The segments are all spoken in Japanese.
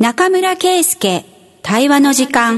中村圭介対話の時間。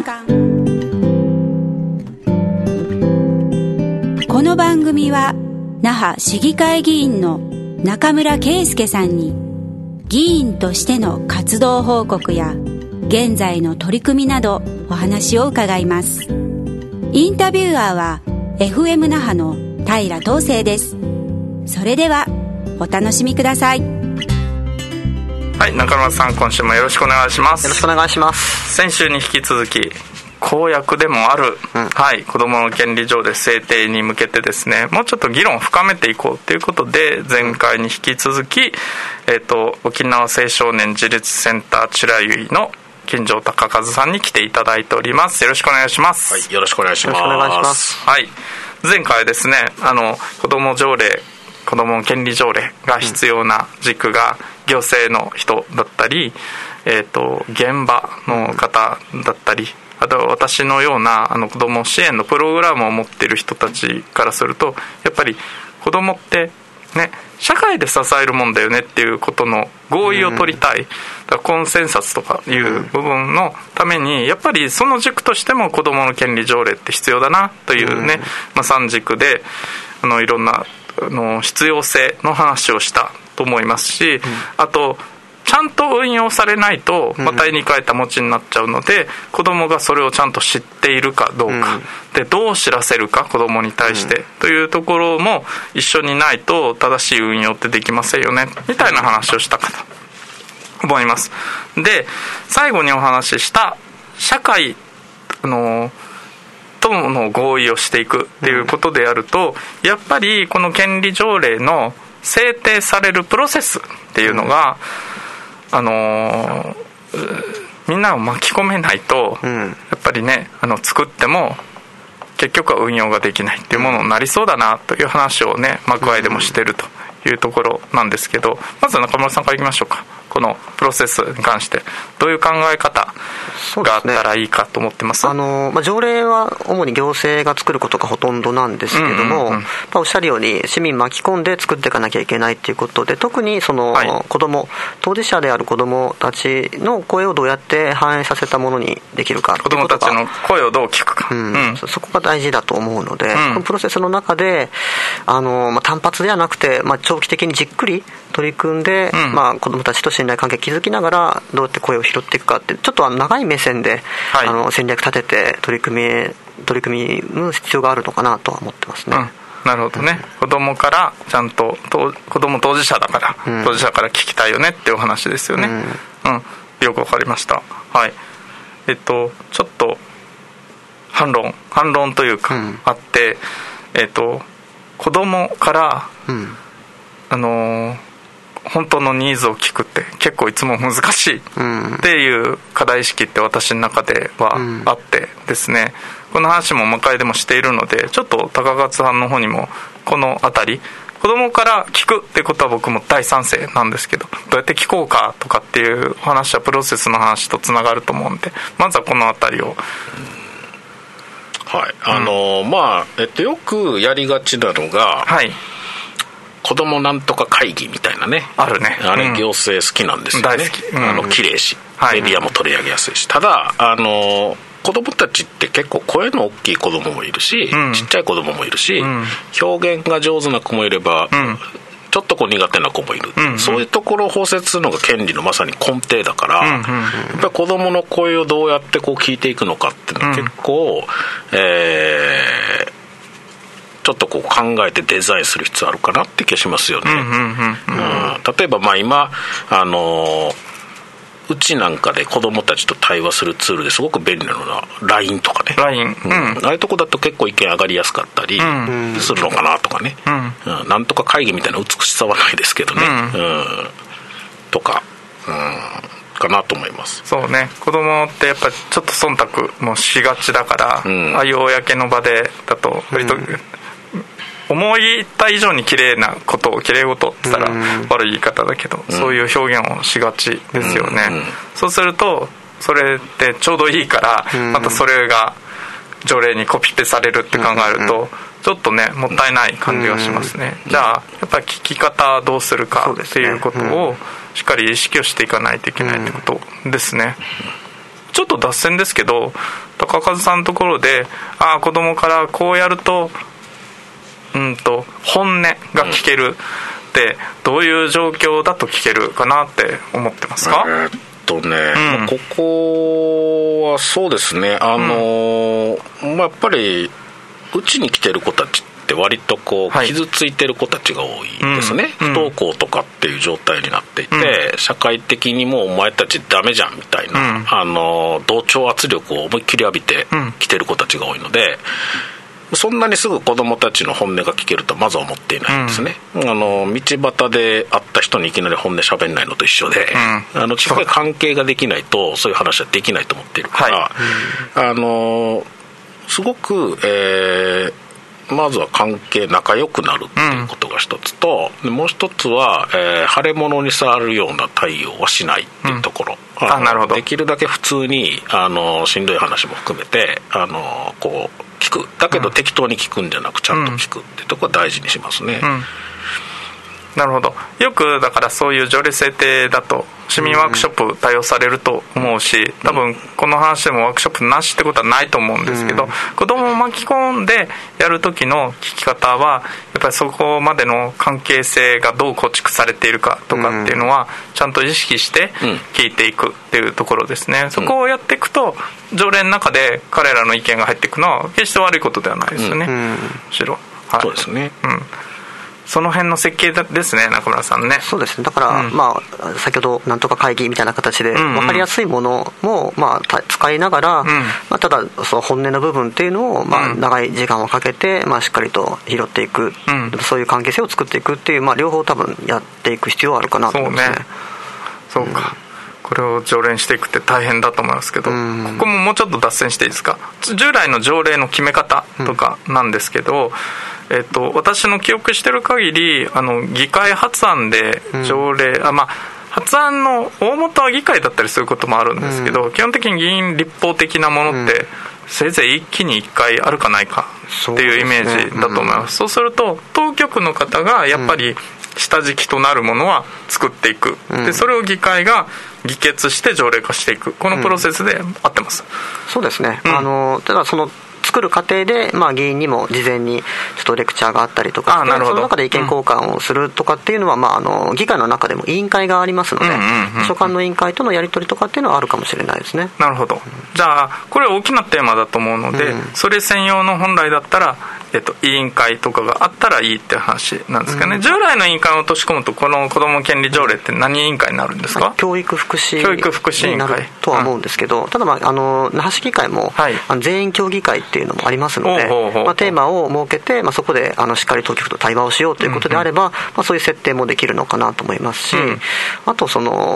この番組は那覇市議会議員の中村圭介さんに議員としての活動報告や現在の取り組みなどお話を伺います。インタビュアーは FM 那覇の平東成です。それではお楽しみください。 はい、中村さん、今週もよろしくお願いします。 よろしくお願いします。 先週に引き続き公約でもある、はい、子どもの権利条例制定に向けてですね、もうちょっと議論を深めていこうということで、前回に引き続き、沖縄青少年自立センターチュラユイの金城隆和さんに来ていただいております。よろしくお願いします。 はい、よろしくお願いします。 よろしくお願いします。 はい、前回ですね、子どもの権利条例が必要な軸が行政の人だったり、現場の方だったり、あとは私のような子ども支援のプログラムを持っている人たちからすると、やっぱり子どもってね、社会で支えるもんだよねっていうことの合意を取りたい、だからコンセンサスとかいう部分のために、やっぱりその軸としても子どもの権利条例って必要だなというね、3軸でいろんな必要性の話をしたと思いますし、あとちゃんと運用されないとまた絵に描いた餅になっちゃうので、子どもがそれをちゃんと知っているかどうか、でどう知らせるか子どもに対して、というところも一緒にないと正しい運用ってできませんよねみたいな話をしたかと思います。で、最後にお話しした社会との合意をしていくっていうことであると、やっぱりこの権利条例の制定されるプロセスっていうのが、みんなを巻き込めないと、やっぱりね、作っても結局は運用ができないっていうものになりそうだなという話をね、幕間でもしてるというところなんですけど、まず中村さんからいきましょうか。このプロセスに関してどういう考え方があったらいいかと思ってます？ 条例は主に行政が作ることがほとんどなんですけれども、おっしゃるように市民巻き込んで作っていかなきゃいけないということで、特にその子ども、当事者である子どもたちの声をどうやって反映させたものにできるか、 子どもたちの声をどう聞くか、 そこが大事だと思うので、このプロセスの中で単発ではなくて、長期的にじっくり取り組んで、子どもたちと信頼関係を築きながらどうやって声を拾っていくかって、ちょっと長い目線で、戦略立てて取り組む必要があるのかなとは思ってますね。 なるほどね。子どもからちゃんと子ども当事者だから、当事者から聞きたいよねっていうお話ですよね。よくわかりました。はい。ちょっと反論というか、あって、子どもから、本当のニーズを聞くって結構いつも難しいっていう課題意識って私の中ではあってですね、この話も魔界でもしているので、ちょっと高勝さんの方にもこのあたり、子供から聞くってことは僕も大賛成なんですけど、どうやって聞こうかとかっていう話はプロセスの話とつながると思うんで、まずはこのあたりを。 はい、よくやりがちなのが、子どもなんとか会議みたいなね、 あるね。 あれ行政好きなんですよね。 大好き。 綺麗し、メディアも取り上げやすいし。ただ子どもたちって結構声の大きい子どももいるし、ちっちゃい子どももいるし、表現が上手な子もいれば、ちょっと苦手な子もいる、そういうところを包摂するのが権利のまさに根底だから、やっぱり子どもの声をどうやって聞いていくのかっていうのは結構、ちょっと考えてデザインする必要あるかなって気がしますよね。例えば今うちなんかで子どもたちと対話するツールですごく便利なのが LINE とかね、ああいうとこだと結構意見上がりやすかったりするのかなとかね、なんとか会議みたいな美しさはないですけどね、とか、かなと思います。 そうね、子供ってやっぱりちょっと忖度もしがちだから、ああいう公の場でだと割と、思いた以上に綺麗事って言ったら悪い言い方だけど、そういう表現をしがちですよね。そうするとそれってちょうどいいから、またそれが条例にコピペされるって考えると、ちょっとねもったいない感じがしますね。じゃあやっぱり聞き方どうするかっていうことをしっかり意識をしていかないといけないってことですね。ちょっと脱線ですけど、高和さんのところで子供からこうやると本音が聞けるってどういう状況だと聞けるかなって思ってますか？ ここはそうですね、やっぱりうちに来てる子たちって割と傷ついてる子たちが多いですね、不登校とかっていう状態になっていて、社会的にもうお前たちダメじゃんみたいな、同調圧力を思いっきり浴びて来てる子たちが多いので、そんなにすぐ子どもたちの本音が聞けるとはまずは思っていないんですね、道端で会った人にいきなり本音喋んないのと一緒で、しっかり関係ができないとそういう話はできないと思っているから、すごく、まずは仲良くなるっていうことが一つと、もう一つは、腫れ物に触るような対応はしないっていうところ、 なるほど。 できるだけ普通にしんどい話も含めて聞く、だけど適当に聞くんじゃなくちゃんと聞くっていうところは大事にしますね、 なるほど。よくだからそういう条例制定だと市民ワークショップ対応されると思うし、多分この話でもワークショップなしってことはないと思うんですけど、子供を巻き込んでやる時の聞き方はやっぱりそこまでの関係性がどう構築されているかとかっていうのはちゃんと意識して聞いていくっていうところですね。そこをやっていくと条例の中で彼らの意見が入っていくのは決して悪いことではないですよね、むしろ、 そうですね、 その辺の設計ですね、中村さんね。 そうですね。だから、先ほどなんとか会議みたいな形で分かりやすいものも、使いながら、ただその本音の部分っていうのを、長い時間をかけて、しっかりと拾っていく、そういう関係性を作っていくっていう、両方多分やっていく必要はあるかなと思いますね。 そうか、これを条例にしていくって大変だと思いますけど、ここももうちょっと脱線していいですか。従来の条例の決め方とかなんですけど、私の記憶してる限り議会発案で条例、発案の大元は議会だったりすることもあるんですけど、基本的に議員立法的なものってせいぜい一気に1回あるかないかっていうイメージだと思います。そうすると当局の方がやっぱり下敷きとなるものは作っていく、でそれを議会が議決して条例化していく、このプロセスで合ってます、 そうですね、ただその作る過程で、議員にも事前にちょっとレクチャーがあったりとか、その中で意見交換をするとかっていうのは、議会の中でも委員会がありますので、所管の委員会とのやり取りとかっていうのはあるかもしれないですね。 なるほど。じゃあこれ大きなテーマだと思うので、それ専用の本来だったら、委員会とかがあったらいいって話なんですかね、従来の委員会を落とし込むとこの子ども権利条例って何委員会になるんですか？ 教育福祉になるとは思うんですけど、ただ那覇市議会も、全員協議会っていうのもありますので、テーマを設けて、そこでしっかり当局と対話をしようということであれば、そういう設定もできるのかなと思いますし、あと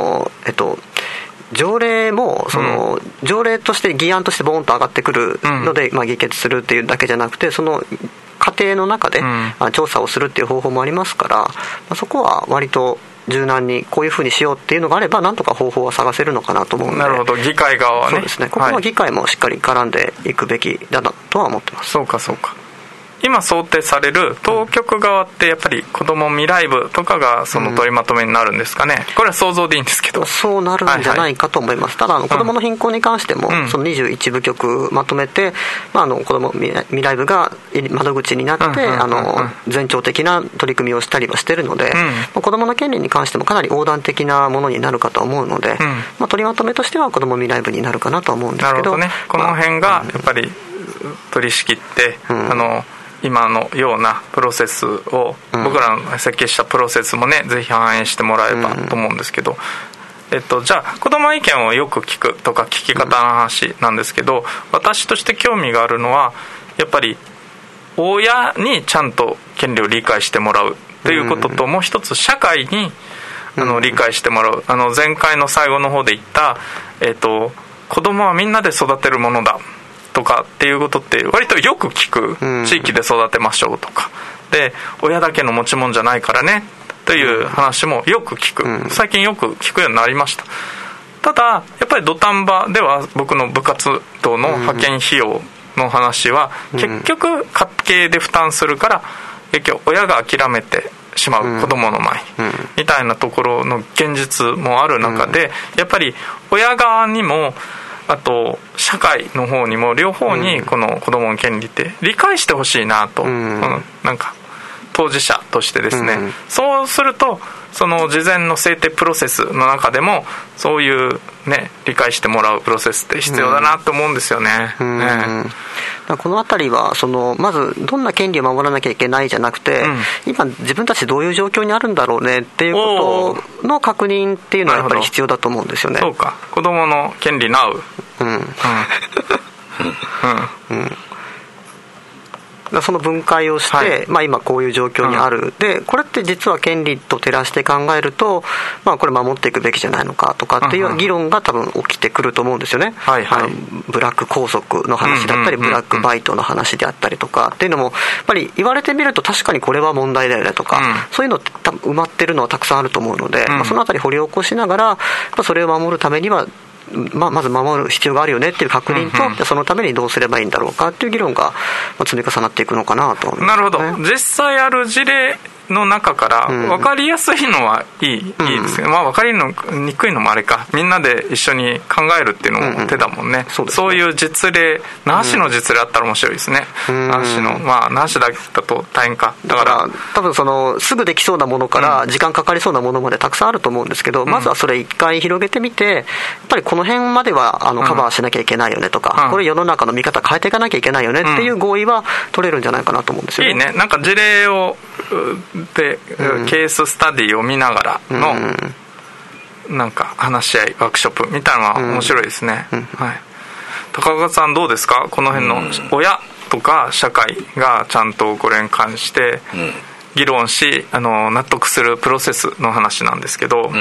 条例も条例として議案としてボーンと上がってくるので、議決するっていうだけじゃなくて、その過程の中で調査をするっていう方法もありますから、そこは割と柔軟にこういうふうにしようっていうのがあれば、なんとか方法は探せるのかなと思うので。 なるほど。議会側はね。 そうですね。ここは議会もしっかり絡んでいくべきだなとは思ってます。 そうかそうか。今想定される当局側ってやっぱり子ども未来部とかがその取りまとめになるんですかね、これは想像でいいんですけど。 そうなるんじゃないかと思います、ただ子どもの貧困に関しても、その21部局まとめて、子ども未来部が窓口になって、全庁的な取り組みをしたりはしてるので、子どもの権利に関してもかなり横断的なものになるかと思うので、取りまとめとしては子ども未来部になるかなと思うんですけど。 なるほどね。この辺がやっぱり取り仕切って、今のようなプロセスを、僕らの設計したプロセスもね、ぜひ反映してもらえばと思うんですけど、じゃあ子どもの意見をよく聞くとか聞き方の話なんですけど、私として興味があるのはやっぱり親にちゃんと権利を理解してもらうということと、もう一つ社会に理解してもらう。前回の最後の方で言った、子どもはみんなで育てるものだとかっていうことって割とよく聞く。地域で育てましょうとかで、親だけの持ち物じゃないからねという話もよく聞く。最近よく聞くようになりました。ただやっぱり土壇場では僕の部活動の派遣費用の話は結局家計で負担するから、結局親が諦めてしまう子供の前に、みたいなところの現実もある中で、やっぱり親側にもあと社会の方にも両方にこの子供の権利って理解してほしいなと、なんか当事者としてですね、そうするとその事前の制定プロセスの中でもそういうね理解してもらうプロセスって必要だなと思うんですよね。 このあたりはまずどんな権利を守らなきゃいけないじゃなくて、今自分たちどういう状況にあるんだろうねっていうことの確認っていうのはやっぱり必要だと思うんですよね。 そうか、子供の権利なう。 その分解をして、今こういう状況にある、でこれって実は権利と照らして考えると、これ守っていくべきじゃないのかとかっていう議論が多分起きてくると思うんですよね。ブラック拘束の話だったり、ブラックバイトの話であったりとかっていうのもやっぱり言われてみると確かにこれは問題だよねとか、そういうのって多分埋まってるのはたくさんあると思うので、そのあたり掘り起こしながらそれを守るためにはまず守る必要があるよねっていう確認と、そのためにどうすればいいんだろうかっていう議論が積み重なっていくのかなと思いますね。 なるほど。実際ある事例の中から分かりやすいのはいいですけど、分かりにくいのもあれか、みんなで一緒に考えるっていうのも手だもんね。そういう実例、那覇市の実例あったら面白いですね。那覇市の那覇市だと大変か。 だから多分すぐできそうなものから時間かかりそうなものまでたくさんあると思うんですけど、まずはそれ一回広げてみて、やっぱりこの辺まではカバーしなきゃいけないよねとか、これ世の中の見方変えていかなきゃいけないよねっていう合意は取れるんじゃないかなと思うんですよね。 いいね。なんか事例をでケーススタディを見ながらのなんか話し合いワークショップみたいなのは面白いですね。高岡さんどうですか、この辺の親とか社会がちゃんとこれに関して議論し納得するプロセスの話なんですけど、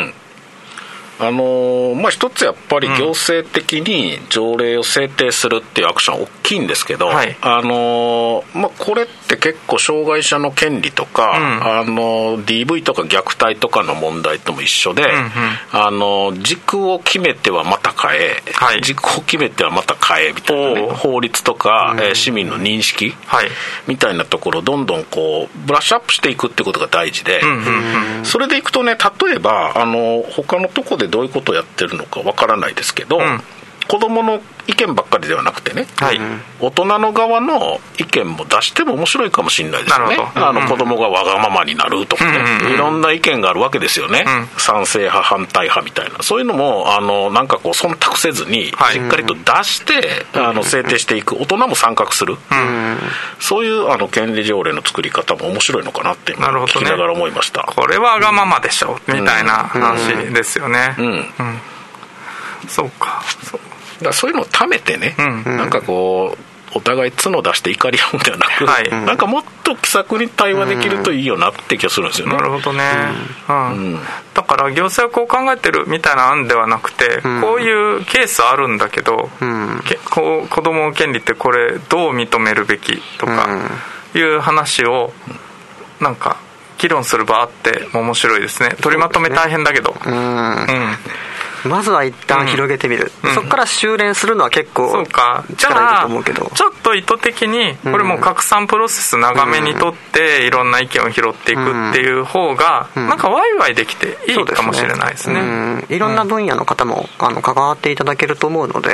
一つやっぱり行政的に条例を制定するっていうアクションは大きいんですけど、これって結構障害者の権利とか、DV とか虐待とかの問題とも一緒で、軸を決めてはまた変え、軸を決めてはまた変えみたいなね、法律とか、市民の認識、みたいなところをどんどんこうブラッシュアップしていくってことが大事で、それでいくとね、例えば他のとこでどういうことをやってるのかわからないですけど、子どもの意見ばっかりではなくてね、大人の側の意見も出しても面白いかもしれないですよね。子どもがわがままになるとかね、いろんな意見があるわけですよね。賛成派反対派みたいな、そういうのもなんかこう忖度せずにしっかりと出して制定していく、大人も参画する、そういう権利条例の作り方も面白いのかなって聞きながら思いました。 これはわがままでしょみたいな話ですよね。そうか。 だからそういうのをためてね、なんかこうお互い角出して怒り合うんではなく、なんかもっと気さくに対話できるといいよなって気がするんですよね。 なるほどね。だから行政はこう考えてるみたいな案ではなくて、こういうケースあるんだけど、子どもの権利ってこれどう認めるべきとかいう話をなんか議論する場あっても面白いですね。取りまとめ大変だけど、 まずは一旦広げてみる、そこから修練するのは結構そうか。じゃあちょっと意図的にこれも拡散プロセス長めにとっていろんな意見を拾っていくっていう方がなんかワイワイできていいかもしれないですね。 いろんな分野の方も関わっていただけると思うので、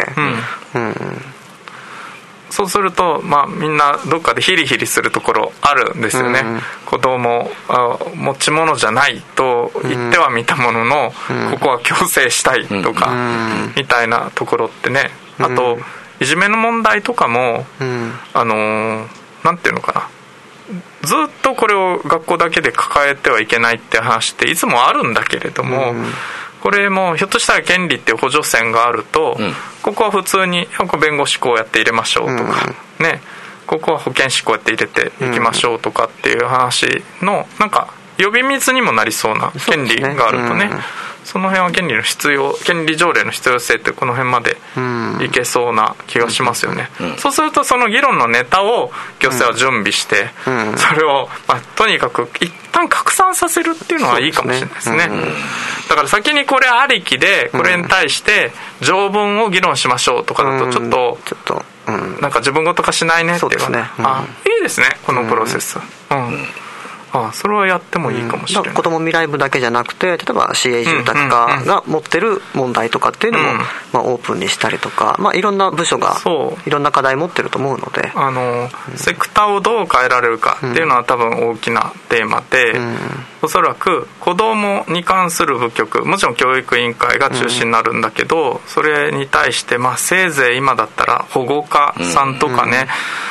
そうすると、みんなどっかでヒリヒリするところあるんですよね。子供持ち物じゃないと言ってはみたものの、ここは強制したいとか、みたいなところってね。あといじめの問題とかも、なんていうのかな、ずっとこれを学校だけで抱えてはいけないって話っていつもあるんだけれども、これもひょっとしたら権利っていう補助線があると、ここは普通に弁護士こうやって入れましょうとか、ね、ここは保健師こうやって入れていきましょうとかっていう話のなんか呼び水にもなりそうな権利があるとね、その辺は権利条例の必要性ってこの辺までいけそうな気がしますよね。そうするとその議論のネタを行政は準備して、それを、とにかく一旦拡散させるっていうのはいいかもしれないですね。だから先にこれありきでこれに対して条文を議論しましょうとかだとちょっとなんか自分ごと化しないねっていうかね、いいですねこのプロセス。 それはやってもいいかもしれない。 子ども未来部だけじゃなくて、例えば市営住宅課が持ってる問題とかっていうのも、オープンにしたりとか、いろんな部署がいろんな課題持ってると思うので、 セクターをどう変えられるかっていうのは多分大きなテーマで、おそらく子どもに関する部局、もちろん教育委員会が中心になるんだけど、それに対して、せいぜい今だったら保護課さんとかね、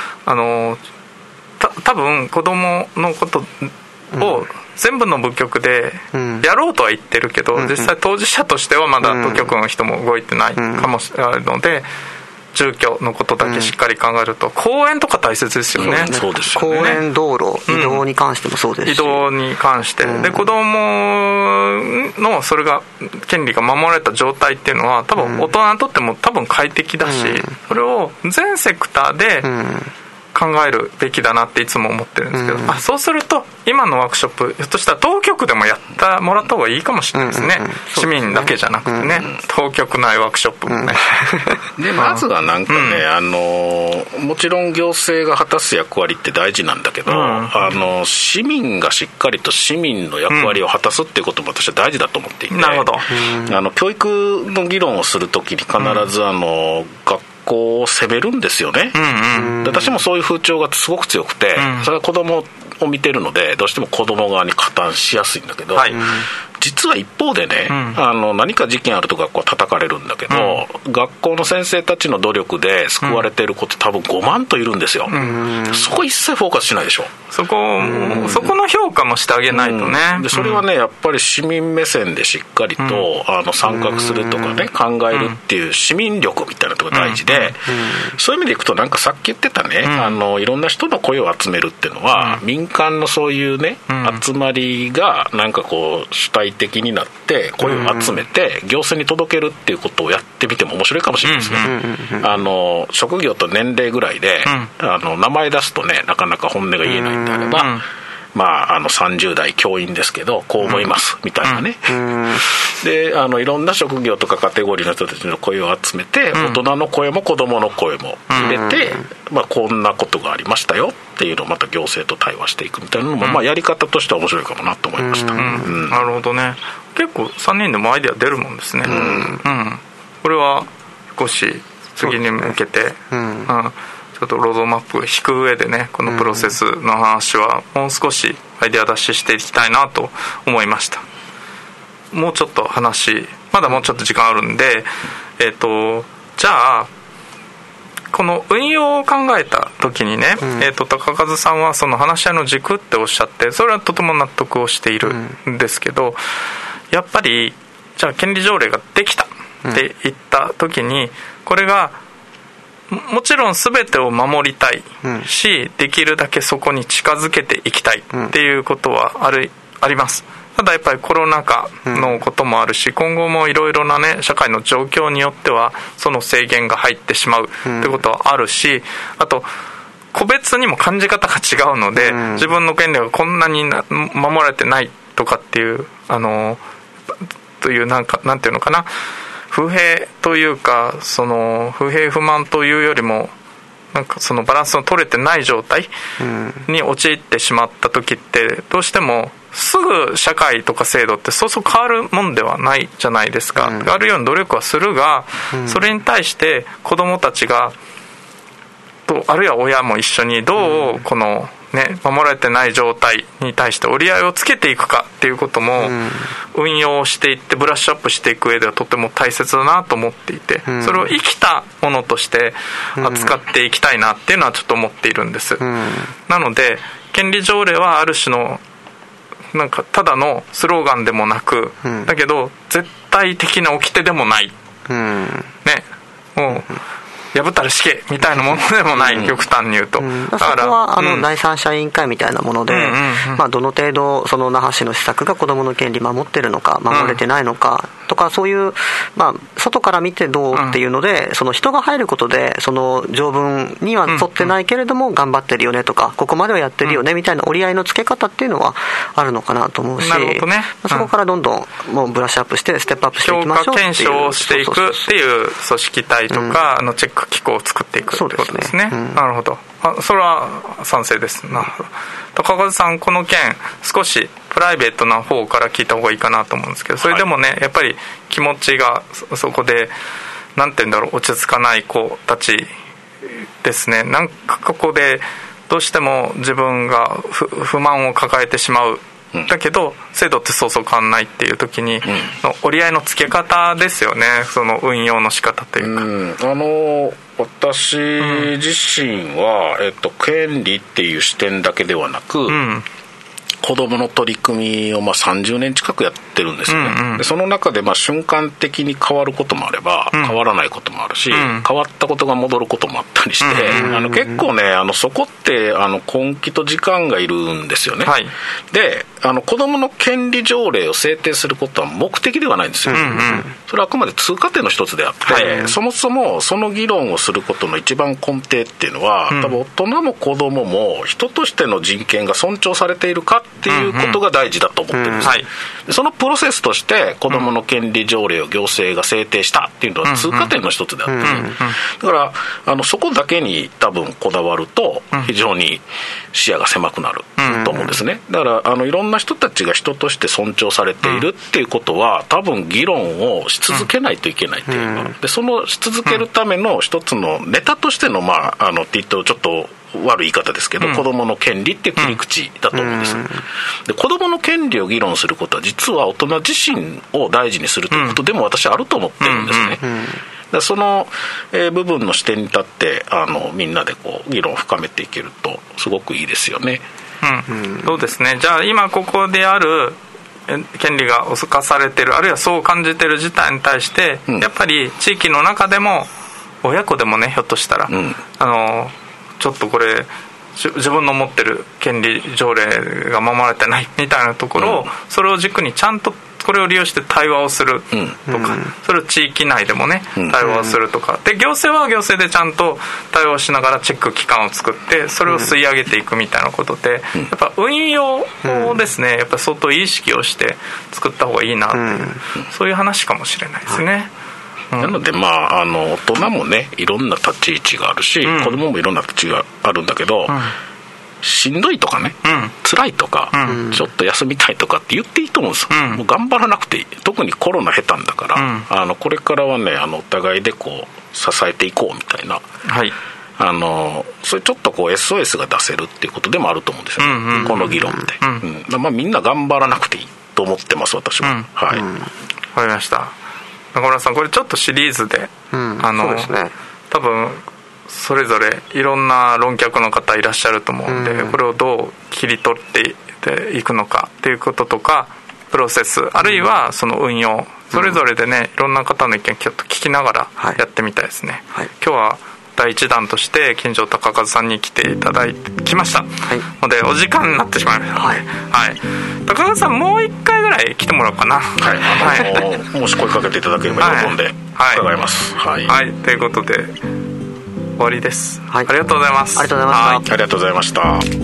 多分子どものことを全部の部局でやろうとは言ってるけど、実際当事者としてはまだ部局の人も動いてないかもしれないので、住居のことだけしっかり考えると、公園とか大切ですよね。 そうですよね。 公園、道路、移動に関してもそうですし、 移動に関して、で子どものそれが権利が守られた状態っていうのは多分大人にとっても多分快適だし、それを全セクターで考えるべきだなっていつも思ってるんですけど、そうすると今のワークショップ、ひょっとしたら当局でもやってもらった方がいいかもしれないですね。市民だけじゃなくてね、当局内ワークショップもね。 でまずはなんかね、もちろん行政が果たす役割って大事なんだけど、市民がしっかりと市民の役割を果たすっていうことも私は大事だと思っていて、 なるほど。 教育の議論をするときに必ず学校を責めるんですよね。私もそういう風潮がすごく強くて、それは子供を見てるのでどうしても子供側に加担しやすいんだけど、実は一方でね、何か事件あると学校は叩かれるんだけど、学校の先生たちの努力で救われてる子って多分5万といるんですよ。そこ一切フォーカスしないでしょ。 そこの評価もしてあげないとね。 でそれはねやっぱり市民目線でしっかりと、参画するとかね、考えるっていう市民力みたいなところが大事で、そういう意味でいくとなんかさっき言ってたね、いろんな人の声を集めるっていうのは、民間のそういうね、集まりがなんかこう主体的になって声を集めて行政に届けるっていうことをやってみても面白いかもしれないですね。職業と年齢ぐらいで、名前出すとねなかなか本音が言えないんであれば、30代教員ですけどこう思いますみたいなね、でいろんな職業とかカテゴリーの人たちの声を集めて、大人の声も子どもの声も入れて、こんなことがありましたよっていうのをまた行政と対話していくみたいなのも、やり方としては面白いかもなと思いました。 なるほどね。結構3人でもアイデア出るもんですね。これは少し次に向けて、ちょっとロードマップを引く上でね、このプロセスの話はもう少しアイデア出ししていきたいなと思いました。もうちょっと話、まだもうちょっと時間あるんで、じゃあこの運用を考えた時にね、高和さんはその話し合いの軸っておっしゃって、それはとても納得をしているんですけど、やっぱりじゃあ権利条例ができたって言った時に、これがもちろん全てを守りたいし、できるだけそこに近づけていきたいっていうことはあります。ただやっぱりコロナ禍のこともあるし、今後もいろいろなね社会の状況によってはその制限が入ってしまうってことはあるし、あと個別にも感じ方が違うので、自分の権利がこんなに守られてないとかっていうというなんていうのかな、不平というか、その不平不満というよりもなんかそのバランスの取れてない状態に陥ってしまった時って、どうしてもすぐ社会とか制度ってそうそう変わるもんではないじゃないですか。あるように努力はするが、それに対して子どもたちがあるいは親も一緒にどうこの守られてない状態に対して折り合いをつけていくかっていうことも運用していってブラッシュアップしていく上ではとても大切だなと思っていて、それを生きたものとして扱っていきたいなっていうのはちょっと思っているんです。なので権利条例はある種のなんかただのスローガンでもなく、だけど絶対的な掟でもない、もう破ったら死刑みたいなものでもない、極端に言うと。 だからそこは第三者委員会みたいなもので、どの程度その那覇市の施策が子どもの権利守ってるのか守れてないのか、 とかそういう、外から見てどうっていうので、その人が入ることでその条文には沿ってないけれども頑張ってるよねとか、ここまではやってるよねみたいな折り合いのつけ方っていうのはあるのかなと思うし、 なるほどね、 そこからどんどんもうブラッシュアップしてステップアップしていきましょうっていう、 評価検証をしていくっていう組織体とかチェック機構を作っていくってことですね。なるほど、それは賛成です。なるほど。高和さん、この件少しプライベートな方から聞いた方がいいかなと思うんですけど、それでもね、やっぱり気持ちがそこでなんて言うんだろう、落ち着かない子たちですね。なんかここでどうしても自分が不満を抱えてしまう、だけど制度ってそうそう変わんないっていう時に、折り合いのつけ方ですよね、その運用の仕方というか。 私自身は、権利っていう視点だけではなく、子どもの取り組みを30年近くやってるんですよね、でその中で瞬間的に変わることもあれば、変わらないこともあるし、変わったことが戻ることもあったりして、結構ね、そこって根気と時間がいるんですよね、はい、で子どもの権利条例を制定することは目的ではないんですよ、それはあくまで通過点の一つであって、そもそもその議論をすることの一番根底っていうのは、多分大人も子どもも人としての人権が尊重されているかっていうことが大事だと思ってるんです、そのプロセスとして子どもの権利条例を行政が制定したっていうのは通過点の一つであって、だからそこだけに多分こだわると非常に視野が狭くなると思うんですね。だからいろんな人たちが人として尊重されているっていうことは、多分議論をし続けないといけないというか、でそのし続けるための一つのネタとしてのって言うとちょっと悪い言い方ですけど、子どもの権利っていう切り口だと思うんです、で子どもの権利を議論することは実は大人自身を大事にするということでも私はあると思ってるんですね、でその、部分の視点に立ってみんなで議論を深めていけるとすごくいいですよね、 そうですね。じゃあ今ここである権利が侵されている、あるいはそう感じている事態に対して、やっぱり地域の中でも親子でもね、ひょっとしたら、ちょっとこれ自分の持ってる権利条例が守られてないみたいなところを、それを軸にちゃんとこれを利用して対話をするとか、それを地域内でもね対話をするとかで、行政は行政でちゃんと対話をしながらチェック機関を作ってそれを吸い上げていくみたいなことで、やっぱ運用をですね、やっぱ相当意識をして作った方がいいなっていう、そういう話かもしれないですね。 なので大人もねいろんな立ち位置があるし、子供もいろんな立ち位置があるんだけど、しんどいとかね、辛いとか、ちょっと休みたいとかって言っていいと思うんですよ、もう頑張らなくていい。特にコロナ下手んだから、これからはねお互いで支えていこうみたいな、それちょっとSOS が出せるっていうことでもあると思うんですよね、この議論で、みんな頑張らなくていいと思ってます私は、 わかりました。中村さん、これちょっとシリーズで、 そうですね、 多分それぞれいろんな論客の方いらっしゃると思うんで、これをどう切り取っていくのかっていうこととか、プロセスあるいはその運用、それぞれでねいろんな方の意見ちょっと聞きながらやってみたいですね、今日は第1弾として金城孝和さんに来ていただきました、のでお時間になってしまいました、孝和さんもう1回ぐらい来てもらおうかな。 もし声かけていただければ喜んで伺います。 ということで終わりです、ありがとうございます。 ありがとうございました。 ありがとうございました。